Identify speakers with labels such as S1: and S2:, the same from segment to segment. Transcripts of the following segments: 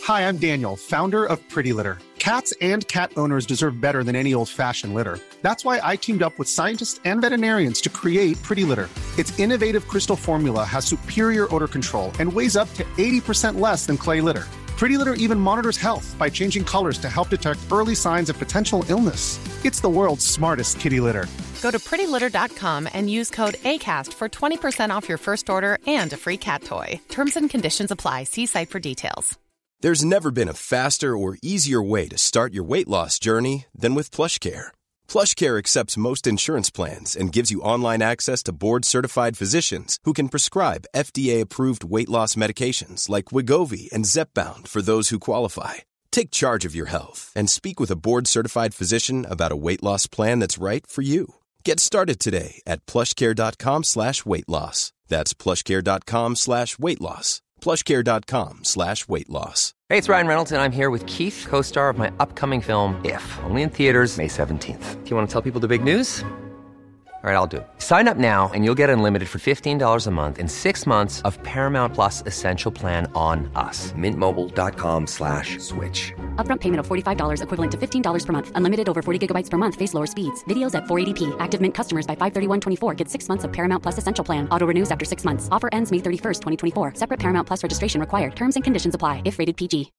S1: Hi, I'm Daniel, founder of Pretty Litter. Cats and cat owners deserve better than any old-fashioned litter. That's why I teamed up with scientists and veterinarians to create Pretty Litter. Its innovative crystal formula has superior odor control and weighs up to 80% less than clay litter. Pretty Litter even monitors health by changing colors to help detect early signs of potential illness. It's the world's smartest kitty litter.
S2: Go to prettylitter.com and use code ACAST for 20% off your first order and a free cat toy. Terms and conditions apply. See site for details.
S3: There's never been a faster or easier way to start your weight loss journey than with PlushCare. PlushCare accepts most insurance plans and gives you online access to board-certified physicians who can prescribe FDA-approved weight loss medications like Wegovy and Zepbound for those who qualify. Take charge of your health and speak with a board-certified physician about a weight loss plan that's right for you. Get started today at plushcare.com/weight loss. That's plushcare.com/weight loss. plushcare.com/weight loss.
S4: Hey, it's Ryan Reynolds, and I'm here with Keith, co-star of my upcoming film, If, only in theaters May 17th. Do you want to tell people the big news? All right, I'll do it. Sign up now and you'll get unlimited for $15 a month and 6 months of Paramount Plus Essential Plan on us. Mintmobile.com/switch.
S5: Upfront payment of $45 equivalent to $15 per month. Unlimited over 40 gigabytes per month. Face lower speeds. Videos at 480p. Active Mint customers by 531.24 get 6 months of Paramount Plus Essential Plan. Auto renews after 6 months. Offer ends May 31st, 2024. Separate Paramount Plus registration required. Terms and conditions apply if rated PG.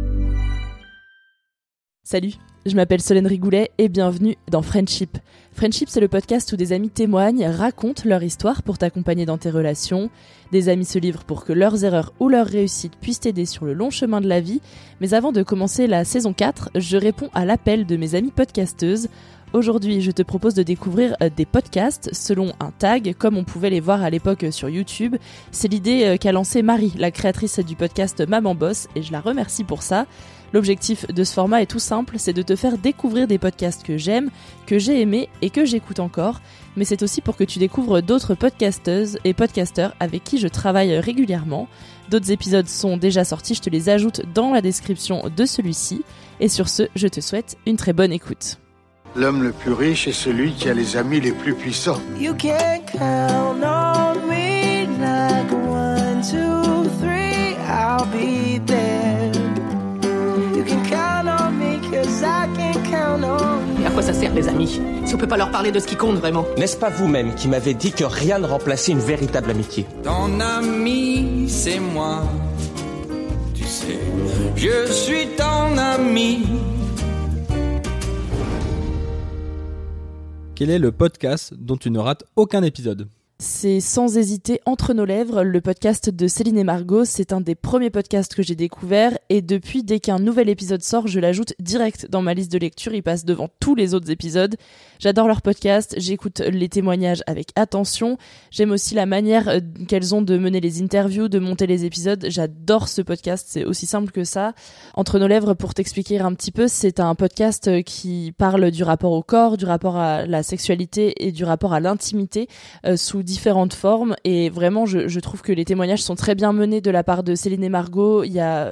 S6: Salut, je m'appelle Solène Rigoulet et bienvenue dans Friendship. Friendship, c'est le podcast où des amis témoignent, racontent leur histoire pour t'accompagner dans tes relations. Des amis se livrent pour que leurs erreurs ou leurs réussites puissent t'aider sur le long chemin de la vie. Mais avant de commencer la saison 4, je réponds à l'appel de mes amies podcasteuses. Aujourd'hui, je te propose de découvrir des podcasts selon un tag, comme on pouvait les voir à l'époque sur YouTube. C'est l'idée qu'a lancée Marie, la créatrice du podcast Maman Boss, et je la remercie pour ça. L'objectif de ce format est tout simple, c'est de te faire découvrir des podcasts que j'aime, que j'ai aimés et que j'écoute encore. Mais c'est aussi pour que tu découvres d'autres podcasteuses et podcasteurs avec qui je travaille régulièrement. D'autres épisodes sont déjà sortis, je te les ajoute dans la description de celui-ci. Et sur ce, je te souhaite une très bonne écoute.
S7: L'homme le plus riche est celui qui a les amis les plus puissants.
S8: You can count on me like 1, 2, 3, I'll be there. You can count on me 'cause I can count on you.
S9: Et à quoi ça sert les amis, si on peut pas leur parler de ce qui compte vraiment?
S10: N'est-ce pas vous-même qui m'avez dit que rien ne remplaçait une véritable amitié?
S11: Ton ami, c'est moi. Tu sais, je suis ton ami.
S12: Quel est le podcast dont tu ne rates aucun épisode ?
S6: C'est sans hésiter Entre nos lèvres, le podcast de Céline et Margot. C'est un des premiers podcasts que j'ai découvert et depuis, dès qu'un nouvel épisode sort, je l'ajoute direct dans ma liste de lecture. Il passe devant tous les autres épisodes. J'adore leur podcast, j'écoute les témoignages avec attention. J'aime aussi la manière qu'elles ont de mener les interviews, de monter les épisodes. J'adore ce podcast, c'est aussi simple que ça. Entre nos lèvres, pour t'expliquer un petit peu, c'est un podcast qui parle du rapport au corps, du rapport à la sexualité et du rapport à l'intimité sous différentes formes. Et vraiment, je trouve que les témoignages sont très bien menés de la part de Céline et Margot.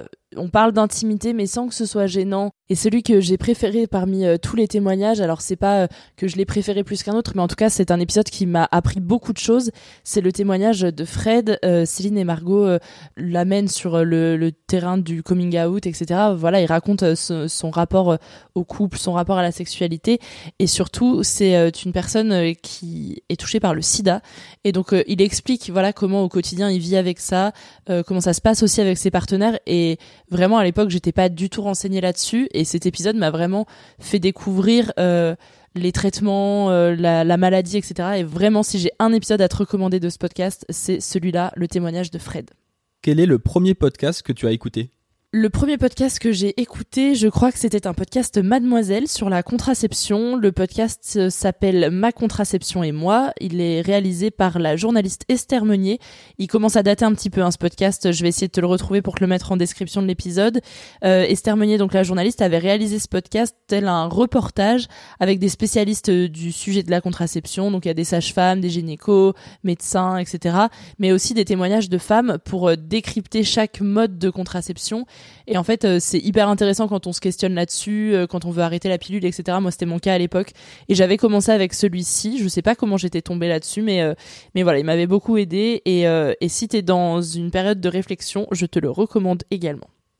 S6: On parle d'intimité mais sans que ce soit gênant. Et celui que j'ai préféré parmi tous les témoignages, alors c'est pas que je l'ai préféré plus qu'un autre, mais en tout cas c'est un épisode qui m'a appris beaucoup de choses. C'est le témoignage de Fred. Céline et Margot l'amènent sur le terrain du coming out, etc. Voilà, il raconte son rapport au couple, son rapport à la sexualité. Et surtout, c'est une personne qui est touchée par le sida. Et donc il explique voilà comment au quotidien il vit avec ça, comment ça se passe aussi avec ses partenaires. Et vraiment à l'époque j'étais pas du tout renseignée là-dessus et cet épisode m'a vraiment fait découvrir les traitements, la maladie, etc. Et vraiment si j'ai un épisode à te recommander de ce podcast, c'est celui-là, le témoignage de Fred.
S12: Quel est le premier podcast que tu as écouté ?
S6: Le premier podcast que j'ai écouté, je crois que c'était un podcast Mademoiselle sur la contraception. Le podcast s'appelle Ma contraception et moi. Il est réalisé par la journaliste Esther Meunier. Il commence à dater un petit peu ce podcast. Je vais essayer de te le retrouver pour te le mettre en description de l'épisode. Esther Meunier, donc la journaliste, avait réalisé ce podcast tel un reportage avec des spécialistes du sujet de la contraception. Donc il y a des sages-femmes, des gynécos, médecins, etc. Mais aussi des témoignages de femmes pour décrypter chaque mode de contraception. Et en fait, c'est hyper intéressant quand on se questionne là-dessus, quand on veut arrêter la pilule, etc. Moi, c'était mon cas à l'époque. Et j'avais commencé avec celui-ci. Je sais pas comment j'étais tombée là-dessus, mais voilà, il m'avait beaucoup aidée. Et si t'es dans une période de réflexion, je te le recommande également.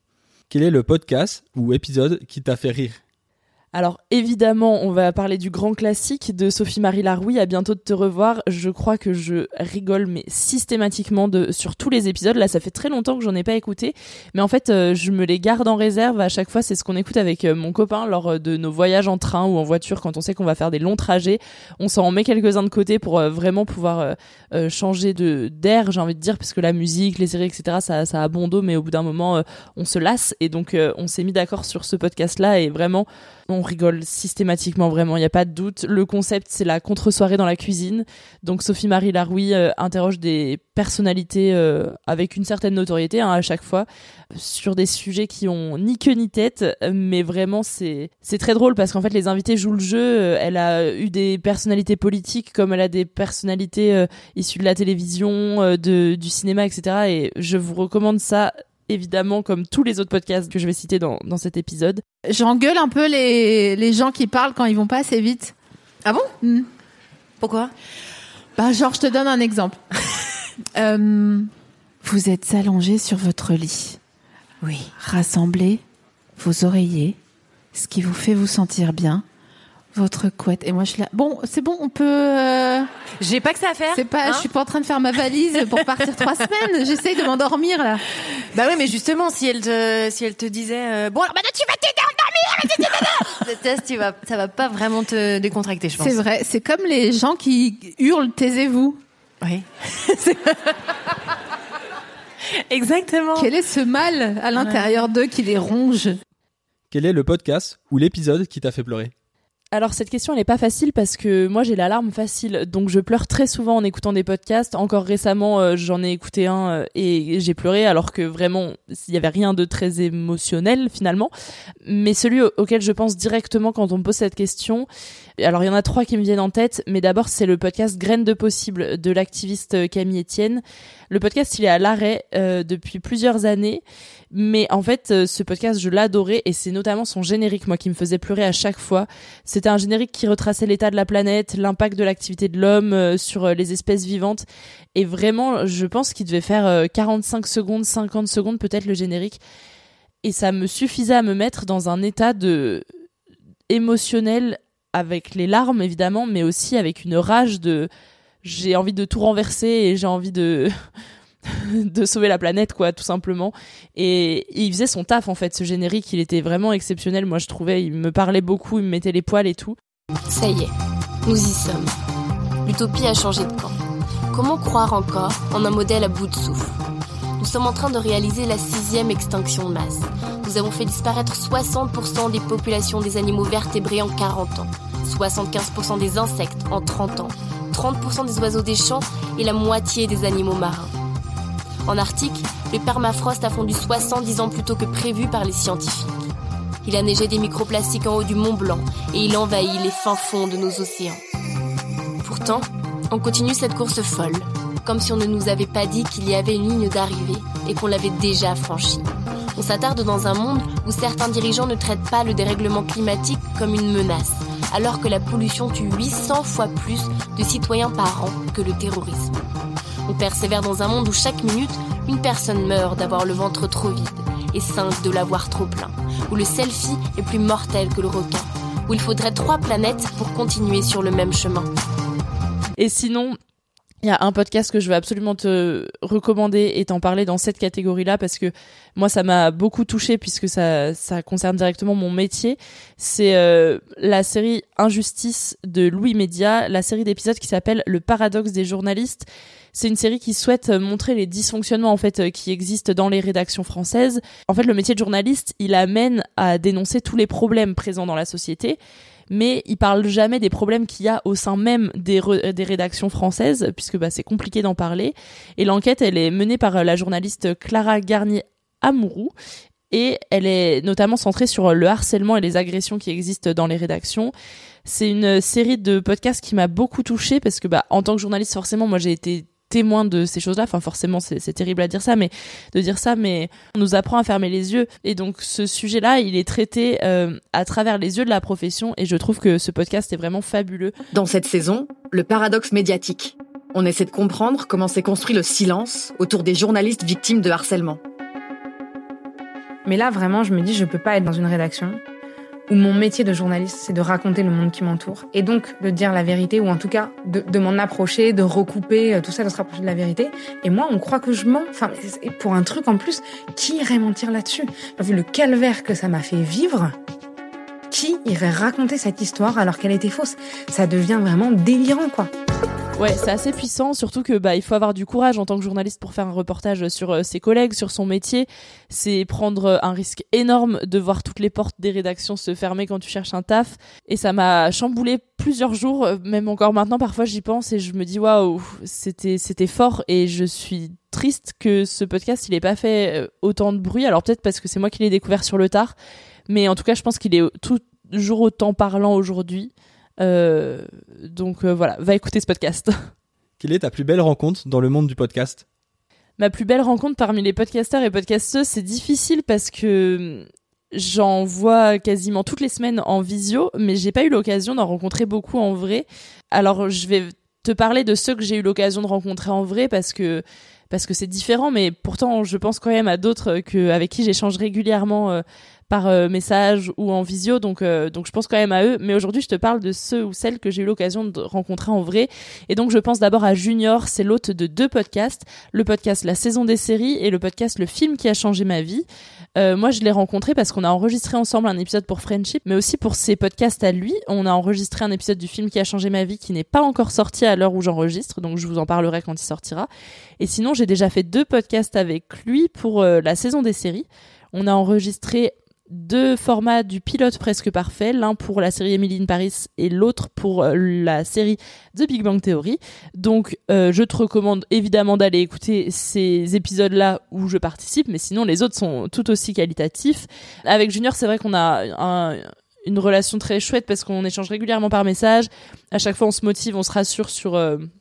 S12: Quel est le podcast ou épisode qui t'a fait rire ?
S6: Alors évidemment, on va parler du grand classique de Sophie-Marie Laroui, À bientôt de te revoir. Je crois que je rigole mais systématiquement sur tous les épisodes. Là, ça fait très longtemps que j'en ai pas écouté, mais en fait, je me les garde en réserve à chaque fois. C'est ce qu'on écoute avec mon copain lors de nos voyages en train ou en voiture quand on sait qu'on va faire des longs trajets. On s'en met quelques-uns de côté pour vraiment pouvoir changer d'air, j'ai envie de dire, parce que la musique, les séries, etc., ça a bon dos, mais au bout d'un moment, on se lasse. Et donc, on s'est mis d'accord sur ce podcast-là et vraiment, on rigole systématiquement, vraiment, il n'y a pas de doute. Le concept, c'est la contre-soirée dans la cuisine. Donc Sophie-Marie Laroui interroge des personnalités avec une certaine notoriété à chaque fois sur des sujets qui ont ni queue ni tête, mais vraiment c'est très drôle parce qu'en fait les invités jouent le jeu. Elle a eu des personnalités politiques comme elle a des personnalités issues de la télévision, du cinéma, etc. Et je vous recommande ça. Évidemment, comme tous les autres podcasts que je vais citer dans cet épisode.
S13: J'engueule un peu les gens qui parlent quand ils vont pas assez vite.
S14: Ah bon ? Pourquoi ?
S13: Genre, je te donne un exemple. Vous êtes allongé sur votre lit.
S14: Oui.
S13: Rassemblez vos oreillers, ce qui vous fait vous sentir bien. Votre couette. Et moi, je suis là. Bon, c'est bon, on peut...
S14: J'ai pas que ça à faire.
S13: Je suis pas en train de faire ma valise pour partir 3 semaines. J'essaye de m'endormir, là.
S14: Bah oui, mais justement, si elle te disait, bon, alors maintenant tu vas t'endormir, ça va pas vraiment te décontracter, je pense.
S13: C'est vrai. C'est comme les gens qui hurlent, taisez-vous.
S14: Oui. Exactement.
S13: Quel est ce mal à l'intérieur d'eux qui les ronge ?
S12: Quel est le podcast ou l'épisode qui t'a fait pleurer ?
S6: Alors cette question elle est pas facile parce que moi j'ai la larme facile, donc je pleure très souvent en écoutant des podcasts. Encore récemment j'en ai écouté un et j'ai pleuré alors que vraiment il y avait rien de très émotionnel finalement. Mais celui auquel je pense directement quand on me pose cette question, alors il y en a 3 qui me viennent en tête, mais d'abord c'est le podcast Graines de possible de l'activiste Camille Etienne. Le podcast il est à l'arrêt depuis plusieurs années, mais en fait ce podcast je l'adorais et c'est notamment son générique moi qui me faisait pleurer à chaque fois. C'était un générique qui retraçait l'état de la planète, l'impact de l'activité de l'homme sur les espèces vivantes et vraiment je pense qu'il devait faire 45 secondes, 50 secondes peut-être le générique et ça me suffisait à me mettre dans un état de émotionnel avec les larmes évidemment mais aussi avec une rage de j'ai envie de tout renverser et j'ai envie de sauver la planète quoi tout simplement et il faisait son taf en fait ce générique il était vraiment exceptionnel moi je trouvais il me parlait beaucoup il me mettait les poils et tout.
S15: Ça y est, nous y sommes. L'utopie a changé de camp. Comment croire encore en un modèle à bout de souffle ? Nous sommes en train de réaliser la 6e extinction de masse. Nous avons fait disparaître 60% des populations des animaux vertébrés en 40 ans, 75% des insectes en 30 ans, 30% des oiseaux des champs et la moitié des animaux marins. En Arctique, le permafrost a fondu 70 ans plus tôt que prévu par les scientifiques. Il a neigé des microplastiques en haut du Mont Blanc et il envahit les fins fonds de nos océans. Pourtant, on continue cette course folle, comme si on ne nous avait pas dit qu'il y avait une ligne d'arrivée et qu'on l'avait déjà franchie. On s'attarde dans un monde où certains dirigeants ne traitent pas le dérèglement climatique comme une menace, alors que la pollution tue 800 fois plus de citoyens par an que le terrorisme. On persévère dans un monde où chaque minute, une personne meurt d'avoir le ventre trop vide et 5 de l'avoir trop plein, où le selfie est plus mortel que le requin, où il faudrait 3 planètes pour continuer sur le même chemin.
S6: Et sinon, il y a un podcast que je veux absolument te recommander et t'en parler dans cette catégorie-là parce que moi, ça m'a beaucoup touchée puisque ça concerne directement mon métier. C'est la série Injustice de Louis Média, la série d'épisodes qui s'appelle Le paradoxe des journalistes. C'est une série qui souhaite montrer les dysfonctionnements en fait qui existent dans les rédactions françaises. En fait, le métier de journaliste, il amène à dénoncer tous les problèmes présents dans la société, mais il parle jamais des problèmes qu'il y a au sein même des rédactions françaises, puisque c'est compliqué d'en parler. Et l'enquête, elle est menée par la journaliste Clara Garnier-Amouroux, et elle est notamment centrée sur le harcèlement et les agressions qui existent dans les rédactions. C'est une série de podcasts qui m'a beaucoup touchée, parce que en tant que journaliste, forcément, moi j'ai été témoin de ces choses-là, enfin forcément c'est terrible à dire ça, mais on nous apprend à fermer les yeux, et donc ce sujet-là il est traité à travers les yeux de la profession, et je trouve que ce podcast est vraiment fabuleux.
S16: Dans cette saison, le paradoxe médiatique. On essaie de comprendre comment s'est construit le silence autour des journalistes victimes de harcèlement.
S17: Mais là, vraiment, je me dis, je peux pas être dans une rédaction où mon métier de journaliste, c'est de raconter le monde qui m'entoure. Et donc, de dire la vérité, ou en tout cas, de m'en approcher, de recouper tout ça, de se rapprocher de la vérité. Et moi, on croit que je mens. Enfin, pour un truc en plus, qui irait mentir là-dessus ? Vu le calvaire que ça m'a fait vivre, qui irait raconter cette histoire alors qu'elle était fausse ? Ça devient vraiment délirant, quoi.
S6: Ouais, c'est assez puissant, surtout que il faut avoir du courage en tant que journaliste pour faire un reportage sur ses collègues, sur son métier. C'est prendre un risque énorme de voir toutes les portes des rédactions se fermer quand tu cherches un taf. Et ça m'a chamboulé plusieurs jours, même encore maintenant, parfois j'y pense et je me dis waouh, c'était fort et je suis triste que ce podcast il ait pas fait autant de bruit. Alors peut-être parce que c'est moi qui l'ai découvert sur le tard, mais en tout cas je pense qu'il est toujours autant parlant aujourd'hui. Donc voilà, va écouter ce podcast.
S12: Quelle est ta plus belle rencontre dans le monde du podcast ?
S6: Ma plus belle rencontre parmi les podcasteurs et podcasteuses, c'est difficile parce que j'en vois quasiment toutes les semaines en visio, mais j'ai pas eu l'occasion d'en rencontrer beaucoup en vrai. Alors je vais te parler de ceux que j'ai eu l'occasion de rencontrer en vrai parce que c'est différent, mais pourtant je pense quand même à d'autres avec qui j'échange régulièrement par message ou en visio, donc je pense quand même à eux. Mais aujourd'hui, je te parle de ceux ou celles que j'ai eu l'occasion de rencontrer en vrai. Et donc, je pense d'abord à Junior, c'est l'hôte de 2 podcasts, le podcast La Saison des Séries et le podcast Le Film qui a changé ma vie. Moi, je l'ai rencontré parce qu'on a enregistré ensemble un épisode pour Friendship, mais aussi pour ses podcasts à lui. On a enregistré un épisode du film qui a changé ma vie qui n'est pas encore sorti à l'heure où j'enregistre, donc je vous en parlerai quand il sortira. Et sinon, j'ai déjà fait 2 podcasts avec lui pour La Saison des Séries. On a enregistré 2 formats du pilote presque parfait, l'un pour la série Emily in Paris et l'autre pour la série The Big Bang Theory. Donc je te recommande évidemment d'aller écouter ces épisodes-là où je participe, mais sinon les autres sont tout aussi qualitatifs. Avec Junior, c'est vrai qu'on a une relation très chouette parce qu'on échange régulièrement par message. À chaque fois on se motive, on se rassure sur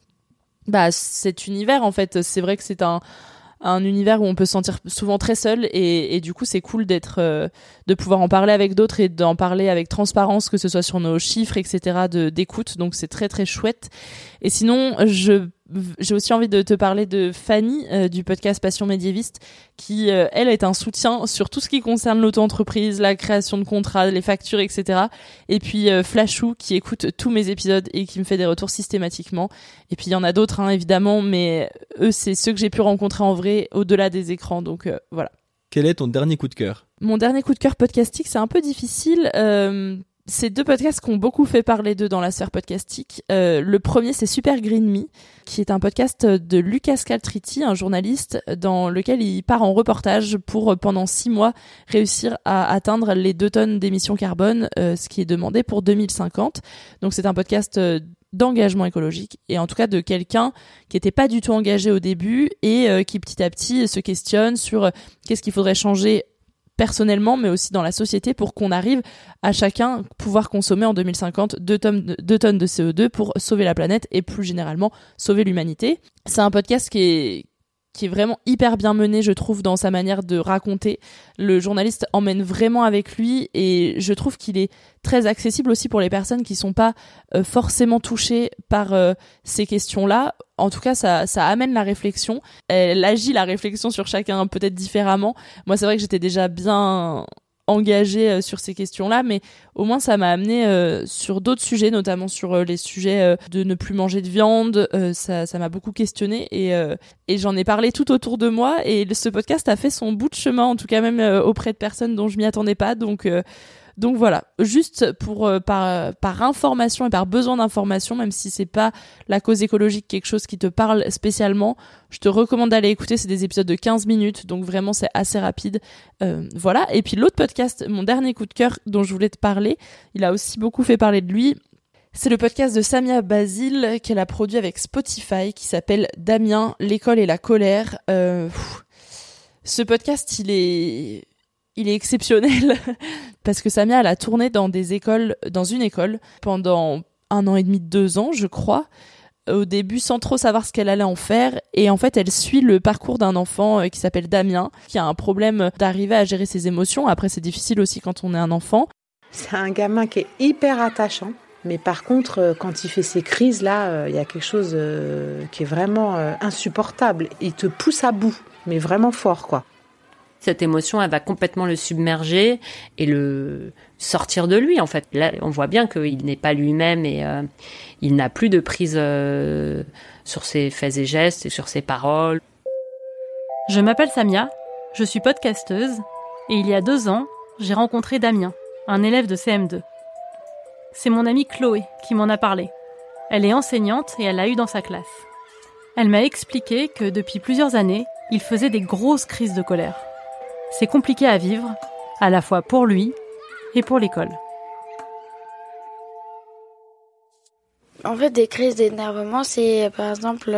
S6: cet univers. En fait, c'est vrai que c'est un univers où on peut se sentir souvent très seul et du coup c'est cool de pouvoir en parler avec d'autres et d'en parler avec transparence, que ce soit sur nos chiffres, etc., d'écoute. Donc c'est très très chouette. Et sinon j'ai aussi envie de te parler de Fanny du podcast Passion médiéviste qui elle est un soutien sur tout ce qui concerne l'auto-entreprise, la création de contrats, les factures, etc. Et puis Flashou qui écoute tous mes épisodes et qui me fait des retours systématiquement. Et puis il y en a d'autres évidemment, mais eux c'est ceux que j'ai pu rencontrer en vrai au-delà des écrans, donc voilà.
S12: Quel est ton dernier coup de cœur ?
S6: Mon dernier coup de cœur podcastique, c'est un peu difficile. C'est 2 podcasts qui ont beaucoup fait parler d'eux dans la sphère podcastique. Le premier, c'est Super Green Me, qui est un podcast de Lucas Caltriti, un journaliste, dans lequel il part en reportage pour, pendant 6 mois, réussir à atteindre les 2 tonnes d'émissions carbone, ce qui est demandé pour 2050. Donc c'est un podcast d'engagement écologique et en tout cas de quelqu'un qui était pas du tout engagé au début et qui petit à petit se questionne sur qu'est-ce qu'il faudrait changer personnellement mais aussi dans la société pour qu'on arrive à chacun pouvoir consommer en 2050 2 tonnes de CO2 pour sauver la planète et plus généralement sauver l'humanité. C'est un podcast qui est vraiment hyper bien mené, je trouve, dans sa manière de raconter. Le journaliste emmène vraiment avec lui et je trouve qu'il est très accessible aussi pour les personnes qui sont pas forcément touchées par ces questions-là. En tout cas, ça amène la réflexion. Elle agit la réflexion sur chacun peut-être différemment. Moi, c'est vrai que j'étais déjà bien engagée sur ces questions-là, mais au moins ça m'a amené sur d'autres sujets, notamment sur les sujets de ne plus manger de viande. Ça m'a beaucoup questionnée et j'en ai parlé tout autour de moi et ce podcast a fait son bout de chemin, en tout cas même auprès de personnes dont je m'y attendais pas. Donc voilà, juste par information et par besoin d'information, même si c'est pas la cause écologique quelque chose qui te parle spécialement, je te recommande d'aller écouter. C'est des épisodes de 15 minutes, donc vraiment c'est assez rapide. Voilà. Et puis l'autre podcast, mon dernier coup de cœur dont je voulais te parler, il a aussi beaucoup fait parler de lui. C'est le podcast de Samia Basile qu'elle a produit avec Spotify qui s'appelle Damien, l'école et la colère. Ce podcast, il est exceptionnel parce que Samia, elle a tourné dans une école pendant 1 an et demi, 2 ans, je crois. Au début, sans trop savoir ce qu'elle allait en faire. Et en fait, elle suit le parcours d'un enfant qui s'appelle Damien, qui a un problème d'arriver à gérer ses émotions. Après, c'est difficile aussi quand on est un enfant.
S18: C'est un gamin qui est hyper attachant. Mais par contre, quand il fait ces crises-là, il y a quelque chose qui est vraiment insupportable. Il te pousse à bout, mais vraiment fort, quoi.
S19: Cette émotion, elle va complètement le submerger et le sortir de lui, en fait. Là, on voit bien qu'il n'est pas lui-même et il n'a plus de prise sur ses faits et gestes et sur ses paroles.
S20: Je m'appelle Samia, je suis podcasteuse et il y a 2 ans, j'ai rencontré Damien, un élève de CM2. C'est mon amie Chloé qui m'en a parlé. Elle est enseignante et elle l'a eu dans sa classe. Elle m'a expliqué que depuis plusieurs années, il faisait des grosses crises de colère. C'est compliqué à vivre, à la fois pour lui et pour l'école.
S21: En fait, des crises d'énervement, c'est par exemple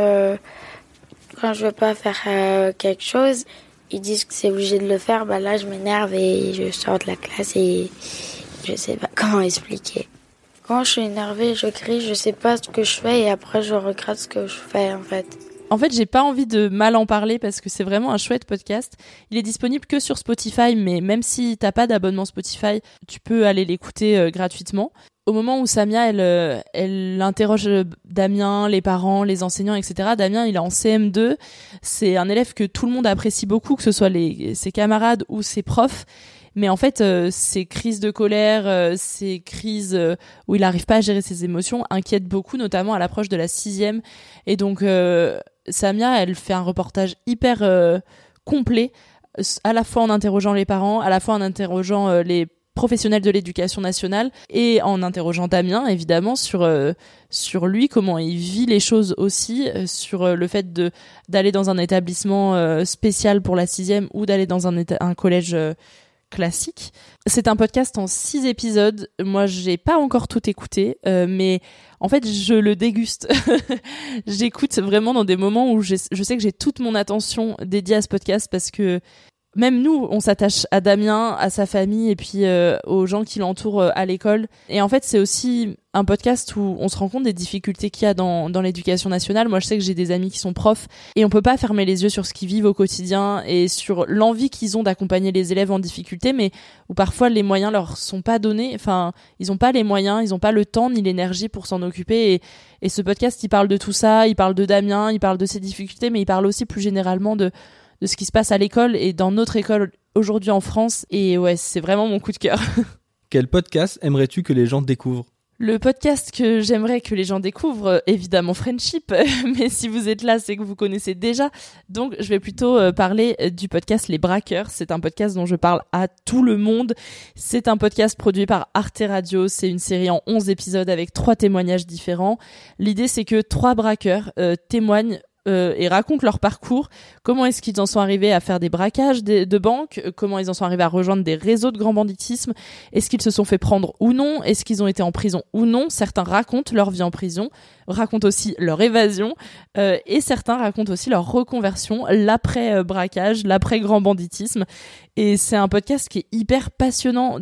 S21: quand je veux pas faire quelque chose, ils disent que c'est obligé de le faire, bah là je m'énerve et je sors de la classe et je sais pas comment expliquer. Quand je suis énervée, je crie, je sais pas ce que je fais et après je regrette ce que je fais en fait.
S6: En fait, j'ai pas envie de mal en parler parce que c'est vraiment un chouette podcast. Il est disponible que sur Spotify, mais même si t'as pas d'abonnement Spotify, tu peux aller l'écouter gratuitement. Au moment où Samia, elle interroge Damien, les parents, les enseignants, etc. Damien, il est en CM2. C'est un élève que tout le monde apprécie beaucoup, que ce soit ses camarades ou ses profs. Mais en fait, ces crises de colère, ces crises où il n'arrive pas à gérer ses émotions inquiètent beaucoup, notamment à l'approche de la 6e. Et donc, Samia, elle fait un reportage hyper complet, à la fois en interrogeant les parents, à la fois en interrogeant les professionnels de l'éducation nationale et en interrogeant Damien, évidemment, sur lui, comment il vit les choses aussi, sur le fait d'aller dans un établissement spécial pour la 6e ou d'aller dans un collège classique. C'est un podcast en 6 épisodes. Moi, j'ai pas encore tout écouté, mais en fait, je le déguste. J'écoute vraiment dans des moments où je sais que j'ai toute mon attention dédiée à ce podcast parce que même nous, on s'attache à Damien, à sa famille et puis aux gens qui l'entourent à l'école. Et en fait, c'est aussi un podcast où on se rend compte des difficultés qu'il y a dans l'éducation nationale. Moi, je sais que j'ai des amis qui sont profs et on peut pas fermer les yeux sur ce qu'ils vivent au quotidien et sur l'envie qu'ils ont d'accompagner les élèves en difficulté, mais où parfois les moyens leur sont pas donnés. Enfin, ils ont pas les moyens, ils ont pas le temps ni l'énergie pour s'en occuper. Et ce podcast, il parle de tout ça, il parle de Damien, il parle de ses difficultés, mais il parle aussi plus généralement de ce qui se passe à l'école et dans notre école aujourd'hui en France. Et ouais, c'est vraiment mon coup de cœur.
S12: Quel podcast aimerais-tu que les gens découvrent ?
S6: Le podcast que j'aimerais que les gens découvrent, évidemment Friendship, mais si vous êtes là, c'est que vous connaissez déjà. Donc, je vais plutôt parler du podcast Les Braqueurs. C'est un podcast dont je parle à tout le monde. C'est un podcast produit par Arte Radio. C'est une série en 11 épisodes avec 3 témoignages différents. L'idée, c'est que 3 braqueurs témoignent et racontent leur parcours, comment est-ce qu'ils en sont arrivés à faire des braquages de banques, comment ils en sont arrivés à rejoindre des réseaux de grand banditisme, est-ce qu'ils se sont fait prendre ou non, est-ce qu'ils ont été en prison ou non. Certains racontent leur vie en prison, racontent aussi leur évasion, et certains racontent aussi leur reconversion, l'après-braquage, l'après-grand banditisme. Et c'est un podcast qui est hyper passionnant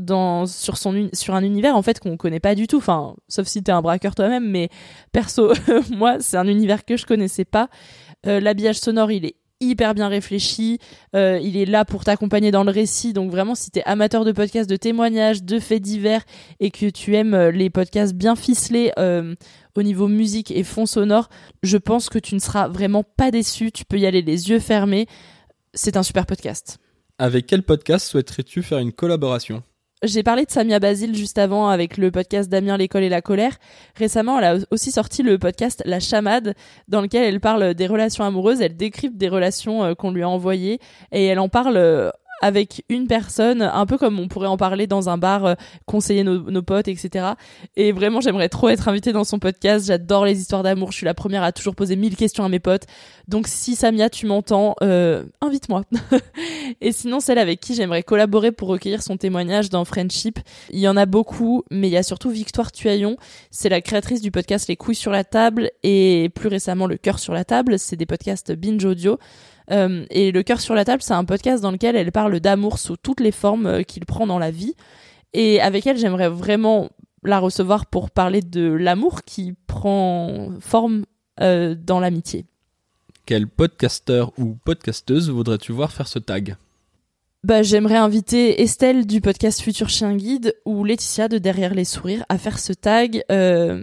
S6: sur un univers en fait qu'on connaît pas du tout, enfin, sauf si t'es un braqueur toi-même, mais perso, moi, c'est un univers que je connaissais pas. L'habillage sonore, il est hyper bien réfléchi, il est là pour t'accompagner dans le récit, donc vraiment si t'es amateur de podcasts, de témoignages, de faits divers et que tu aimes les podcasts bien ficelés au niveau musique et fond sonore, je pense que tu ne seras vraiment pas déçu, tu peux y aller les yeux fermés, c'est un super podcast.
S12: Avec quel podcast souhaiterais-tu faire une collaboration ?
S6: J'ai parlé de Samia Basile juste avant avec le podcast Damien, l'école et la colère. Récemment, elle a aussi sorti le podcast La Chamade, dans lequel elle parle des relations amoureuses, elle décrypte des relations qu'on lui a envoyées et elle en parle avec une personne, un peu comme on pourrait en parler dans un bar, conseiller nos potes, etc. Et vraiment, j'aimerais trop être invitée dans son podcast. J'adore les histoires d'amour. Je suis la première à toujours poser 1000 questions à mes potes. Donc, si Samia, tu m'entends, invite-moi. Et sinon, celle avec qui j'aimerais collaborer pour recueillir son témoignage dans Friendship, il y en a beaucoup, mais il y a surtout Victoire Tuaillon. C'est la créatrice du podcast Les couilles sur la table et plus récemment Le cœur sur la table. C'est des podcasts binge audio. Et Le cœur sur la table, c'est un podcast dans lequel elle parle d'amour sous toutes les formes qu'il prend dans la vie. Et avec elle, j'aimerais vraiment la recevoir pour parler de l'amour qui prend forme dans l'amitié.
S12: Quel podcasteur ou podcasteuse voudrais-tu voir faire ce tag ?
S6: J'aimerais inviter Estelle du podcast Futur Chien Guide ou Laetitia de Derrière les Sourires à faire ce tag.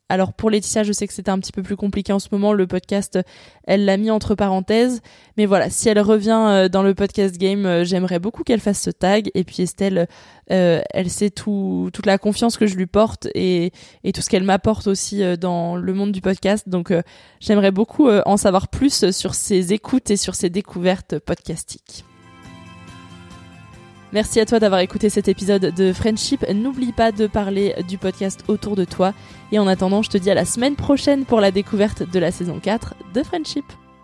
S6: Alors pour Laetitia, je sais que c'était un petit peu plus compliqué en ce moment, le podcast, elle l'a mis entre parenthèses, mais voilà, si elle revient dans le podcast game, j'aimerais beaucoup qu'elle fasse ce tag. Et puis Estelle, elle sait toute la confiance que je lui porte et tout ce qu'elle m'apporte aussi dans le monde du podcast, donc j'aimerais beaucoup en savoir plus sur ses écoutes et sur ses découvertes podcastiques. Merci à toi d'avoir écouté cet épisode de Friendship. N'oublie pas de parler du podcast autour de toi. Et en attendant, je te dis à la semaine prochaine pour la découverte de la saison 4 de Friendship.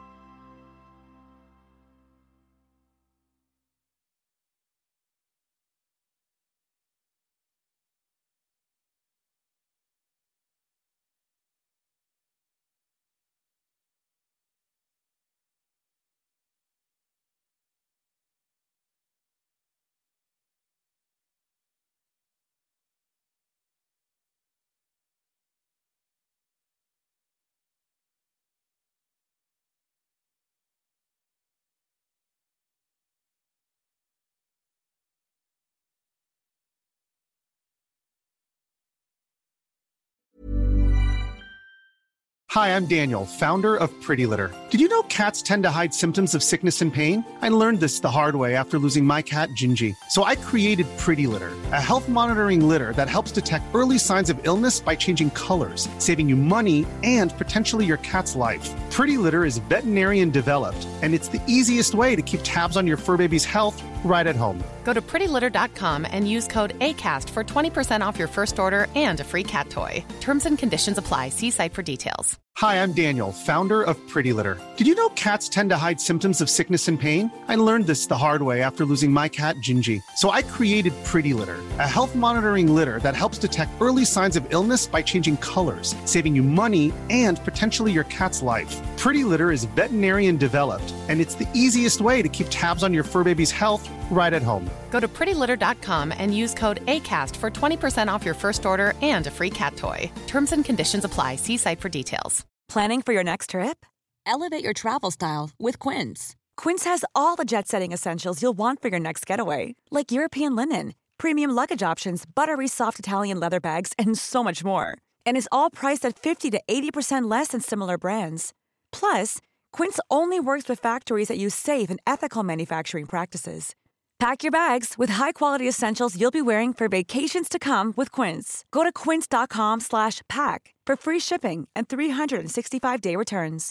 S1: Hi, I'm Daniel, founder of Pretty Litter. Did you know cats tend to hide symptoms of sickness and pain? I learned this the hard way after losing my cat, Gingy. So I created Pretty Litter, a health monitoring litter that helps detect early signs of illness by changing colors, saving you money and potentially your cat's life. Pretty Litter is veterinarian developed, and it's the easiest way to keep tabs on your fur baby's health right at home.
S2: Go to prettylitter.com and use code ACAST for 20% off your first order and a free cat toy. Terms and conditions apply. See site for details.
S1: Hi, I'm Daniel, founder of Pretty Litter. Did you know cats tend to hide symptoms of sickness and pain? I learned this the hard way after losing my cat, Gingy. So I created Pretty Litter, a health monitoring litter that helps detect early signs of illness by changing colors, saving you money and potentially your cat's life. Pretty Litter is veterinarian developed, and it's the easiest way to keep tabs on your fur baby's health right at home.
S2: Go to prettylitter.com and use code ACAST for 20% off your first order and a free cat toy. Terms and conditions apply. See site for details.
S22: Planning for your next trip? Elevate your travel style with Quince. Quince has all the jet-setting essentials you'll want for your next getaway, like European linen, premium luggage options, buttery soft Italian leather bags, and so much more. And is all priced at 50 to 80% less than similar brands. Plus, Quince only works with factories that use safe and ethical manufacturing practices. Pack your bags with high-quality essentials you'll be wearing for vacations to come with Quince. Go to quince.com/pack for free shipping and 365-day returns.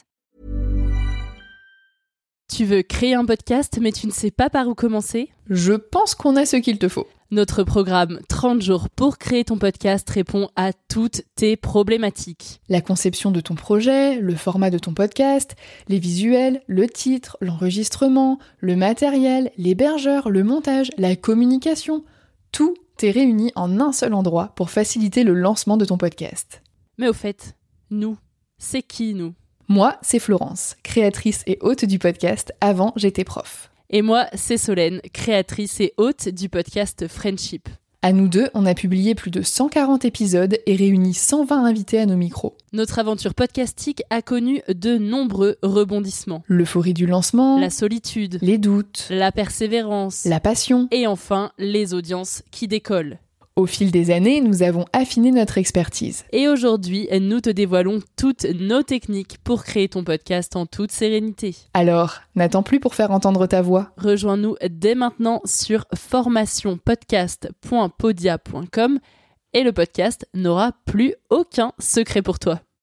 S6: Tu veux créer un podcast mais tu ne sais pas par où commencer ?
S23: Je pense qu'on a ce qu'il te faut.
S6: Notre programme 30 jours pour créer ton podcast répond à toutes tes problématiques.
S23: La conception de ton projet, le format de ton podcast, les visuels, le titre, l'enregistrement, le matériel, l'hébergeur, le montage, la communication, tout est réuni en un seul endroit pour faciliter le lancement de ton podcast.
S6: Mais au fait, nous, c'est qui nous ?
S23: Moi, c'est Florence, créatrice et hôte du podcast Avant j'étais prof.
S6: Et moi, c'est Solène, créatrice et hôte du podcast Friendship.
S23: À nous deux, on a publié plus de 140 épisodes et réuni 120 invités à nos micros.
S6: Notre aventure podcastique a connu de nombreux rebondissements.
S23: L'euphorie du lancement,
S6: la solitude,
S23: les doutes,
S6: la persévérance,
S23: la passion
S6: et enfin les audiences qui décollent.
S23: Au fil des années, nous avons affiné notre expertise.
S6: Et aujourd'hui, nous te dévoilons toutes nos techniques pour créer ton podcast en toute sérénité.
S23: Alors, n'attends plus pour faire entendre ta voix.
S6: Rejoins-nous dès maintenant sur formationpodcast.podia.com et le podcast n'aura plus aucun secret pour toi.